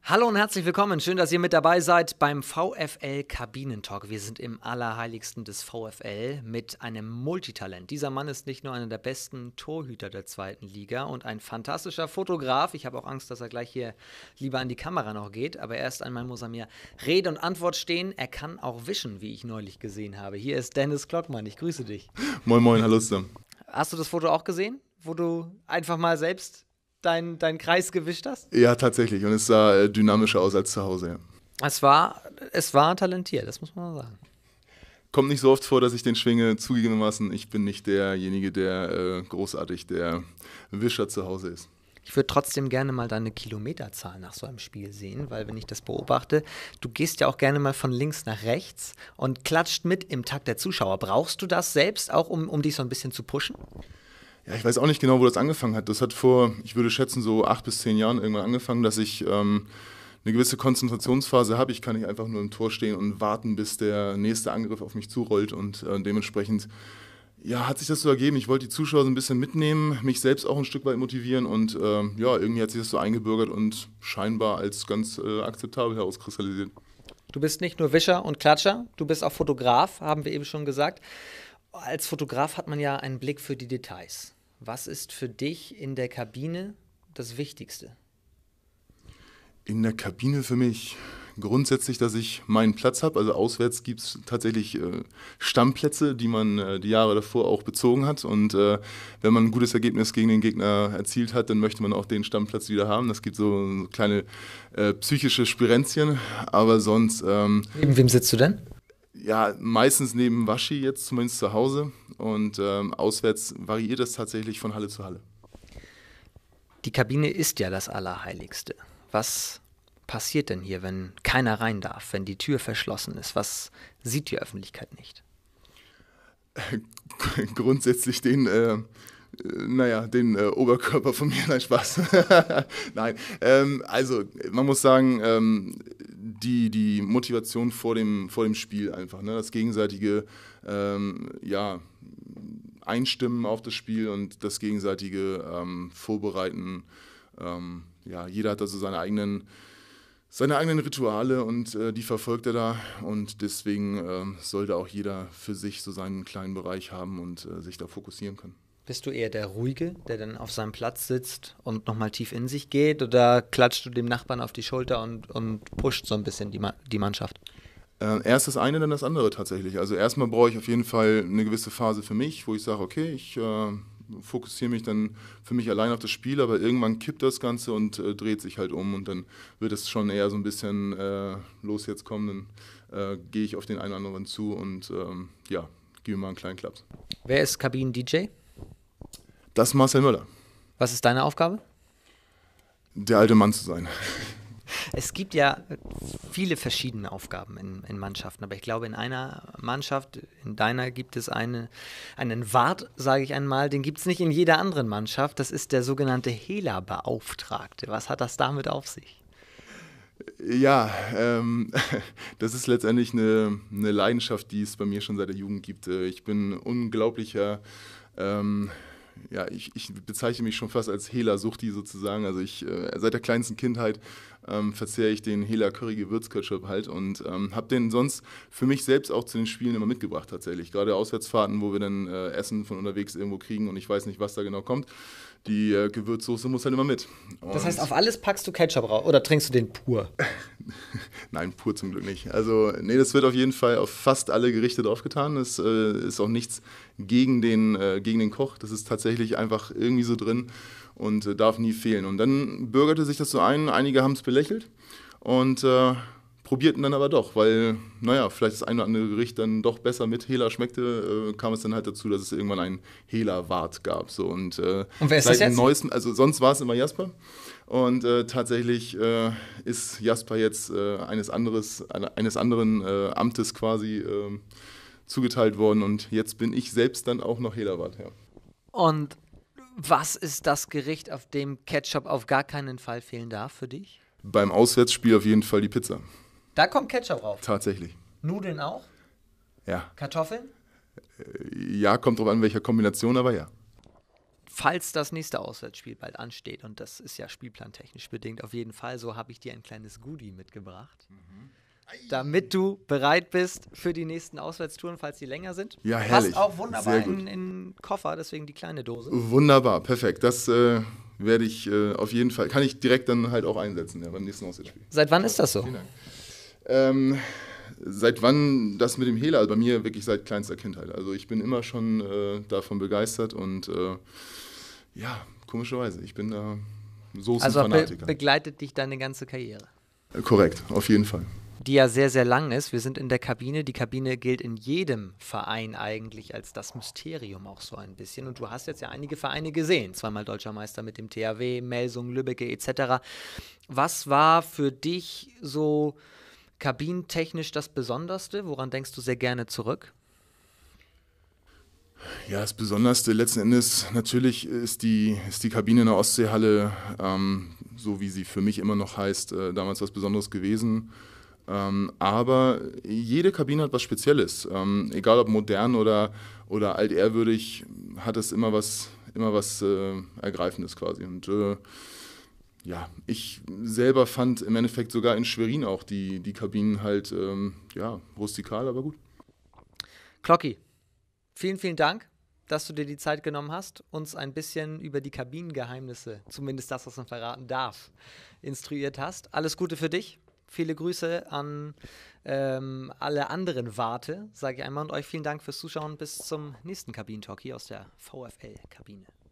Hallo und herzlich willkommen. Schön, dass ihr mit dabei seid beim VfL Kabinentalk. Wir sind im Allerheiligsten des VfL mit einem Multitalent. Dieser Mann ist nicht nur einer der besten Torhüter der zweiten Liga und ein fantastischer Fotograf. Ich habe auch Angst, dass er gleich hier lieber an die Kamera noch geht. Aber erst einmal muss er mir Rede und Antwort stehen. Er kann auch wischen, wie ich neulich gesehen habe. Hier ist Dennis Klockmann. Ich grüße dich. Moin, moin, hallo zusammen. Hast du das Foto auch gesehen, wo du einfach mal selbst deinen Kreis gewischt hast? Ja, tatsächlich. Und es sah dynamischer aus als zu Hause. Ja. Es war talentiert, das muss man mal sagen. Kommt nicht so oft vor, dass ich den schwinge. Zugegebenermaßen, ich bin nicht derjenige, der großartig der Wischer zu Hause ist. Ich würde trotzdem gerne mal deine Kilometerzahl nach so einem Spiel sehen, weil wenn ich das beobachte, du gehst ja auch gerne mal von links nach rechts und klatscht mit im Takt der Zuschauer. Brauchst du das selbst auch, um dich so ein bisschen zu pushen? Ja, ich weiß auch nicht genau, wo das angefangen hat. Das hat vor, ich würde schätzen, so 8 bis 10 Jahren irgendwann angefangen, dass ich eine gewisse Konzentrationsphase habe. Ich kann nicht einfach nur im Tor stehen und warten, bis der nächste Angriff auf mich zurollt. Und dementsprechend ja, hat sich das so ergeben. Ich wollte die Zuschauer so ein bisschen mitnehmen, mich selbst auch ein Stück weit motivieren. Und ja, irgendwie hat sich das so eingebürgert und scheinbar als ganz akzeptabel herauskristallisiert. Du bist nicht nur Wischer und Klatscher, du bist auch Fotograf, haben wir eben schon gesagt. Als Fotograf hat man ja einen Blick für die Details. Was ist für dich in der Kabine das Wichtigste? In der Kabine für mich grundsätzlich, dass ich meinen Platz habe. Also auswärts gibt es tatsächlich Stammplätze, die man die Jahre davor auch bezogen hat. Und wenn man ein gutes Ergebnis gegen den Gegner erzielt hat, dann möchte man auch den Stammplatz wieder haben. Das gibt so kleine psychische Spirenzchen. Aber sonst... Neben wem sitzt du denn? Ja, meistens neben Waschi jetzt, zumindest zu Hause. Und auswärts variiert das tatsächlich von Halle zu Halle. Die Kabine ist ja das Allerheiligste. Was passiert denn hier, wenn keiner rein darf, wenn die Tür verschlossen ist? Was sieht die Öffentlichkeit nicht? Grundsätzlich den Oberkörper von mir, nein, Spaß. Nein, also man muss sagen, die Motivation vor dem Spiel einfach, ne? Das gegenseitige Einstimmen auf das Spiel und das gegenseitige Vorbereiten. Jeder hat also seine eigenen Rituale und die verfolgt er da und deswegen sollte auch jeder für sich so seinen kleinen Bereich haben und sich da fokussieren können. Bist du eher der Ruhige, der dann auf seinem Platz sitzt und nochmal tief in sich geht, oder klatscht du dem Nachbarn auf die Schulter und pusht so ein bisschen die Mannschaft? Erst das eine, dann das andere tatsächlich. Also erstmal brauche ich auf jeden Fall eine gewisse Phase für mich, wo ich sage, okay, ich fokussiere mich dann für mich allein auf das Spiel, aber irgendwann kippt das Ganze und dreht sich halt um und dann wird es schon eher so ein bisschen los jetzt kommen, dann gehe ich auf den einen oder anderen zu und gebe mal einen kleinen Klaps. Wer ist Kabinen-DJ? Das ist Marcel Möller. Was ist deine Aufgabe? Der alte Mann zu sein. Es gibt ja viele verschiedene Aufgaben in Mannschaften, aber ich glaube, in einer Mannschaft, in deiner, gibt es einen Wart, sage ich einmal, den gibt es nicht in jeder anderen Mannschaft. Das ist der sogenannte Hehler-Beauftragte. Was hat das damit auf sich? Ja, das ist letztendlich eine Leidenschaft, die es bei mir schon seit der Jugend gibt. Ich bin unglaublicher... ich bezeichne mich schon fast als Hehler-Suchti sozusagen. Also seit der kleinsten Kindheit verzehre ich den Hehler-Curry-Gewürzketchup halt und habe den sonst für mich selbst auch zu den Spielen immer mitgebracht tatsächlich. Gerade Auswärtsfahrten, wo wir dann Essen von unterwegs irgendwo kriegen und ich weiß nicht, was da genau kommt. Die Gewürzsoße muss halt immer mit. Das heißt, auf alles packst du Ketchup raus oder trinkst du den pur? Nein, pur zum Glück nicht. Also nee, das wird auf jeden Fall auf fast alle Gerichte draufgetan. Das ist auch nichts gegen den Koch. Das ist tatsächlich einfach irgendwie so drin und darf nie fehlen. Und dann bürgerte sich das so ein. Einige haben es belächelt und probierten dann aber doch, weil, vielleicht das eine oder andere Gericht dann doch besser mit Hehler schmeckte, kam es dann halt dazu, dass es irgendwann einen Hehler-Wart gab. So. Und wer ist das jetzt? Neuesten, also sonst war es immer Jasper. Und tatsächlich ist Jasper jetzt eines anderen Amtes quasi zugeteilt worden und jetzt bin ich selbst dann auch noch Hehlerwart. Ja. Und was ist das Gericht, auf dem Ketchup auf gar keinen Fall fehlen darf für dich? Beim Auswärtsspiel auf jeden Fall die Pizza. Da kommt Ketchup drauf? Tatsächlich. Nudeln auch? Ja. Kartoffeln? Ja, kommt drauf an, welcher Kombination, aber ja. falls das nächste Auswärtsspiel bald ansteht, und das ist ja spielplantechnisch bedingt auf jeden Fall, so habe ich dir ein kleines Goodie mitgebracht, damit du bereit bist für die nächsten Auswärtstouren, falls die länger sind. Ja, herrlich. Passt auch wunderbar Sehr gut. in den Koffer, deswegen die kleine Dose. Wunderbar, perfekt. Das werde ich auf jeden Fall, kann ich direkt dann halt auch einsetzen, ja, beim nächsten Auswärtsspiel. Seit wann ist das so? Vielen Dank. Seit wann das mit dem Hela? Also bei mir wirklich seit kleinster Kindheit. Also ich bin immer schon davon begeistert und ja, komischerweise, ich bin da Soßenfanatiker. Begleitet dich deine ganze Karriere? Korrekt, auf jeden Fall. Die ja sehr, sehr lang ist. Wir sind in der Kabine. Die Kabine gilt in jedem Verein eigentlich als das Mysterium auch so ein bisschen. Und du hast jetzt ja einige Vereine gesehen. Zweimal Deutscher Meister mit dem THW, Melsungen, Lübbecke etc. Was war für dich so kabinentechnisch das Besonderste? Woran denkst du sehr gerne zurück? Ja, das Besonderste letzten Endes natürlich ist die Kabine in der Ostseehalle, so wie sie für mich immer noch heißt, damals was Besonderes gewesen. Aber jede Kabine hat was Spezielles. Egal ob modern oder altehrwürdig, hat es immer was Ergreifendes quasi. Und ja, ich selber fand im Endeffekt sogar in Schwerin auch die Kabinen halt rustikal, aber gut. Klocki, vielen, vielen Dank, dass du dir die Zeit genommen hast, uns ein bisschen über die Kabinengeheimnisse, zumindest das, was man verraten darf, instruiert hast. Alles Gute für dich. Viele Grüße an alle anderen Warte, sage ich einmal. Und euch vielen Dank fürs Zuschauen. Bis zum nächsten Kabinentalk hier aus der VfL-Kabine.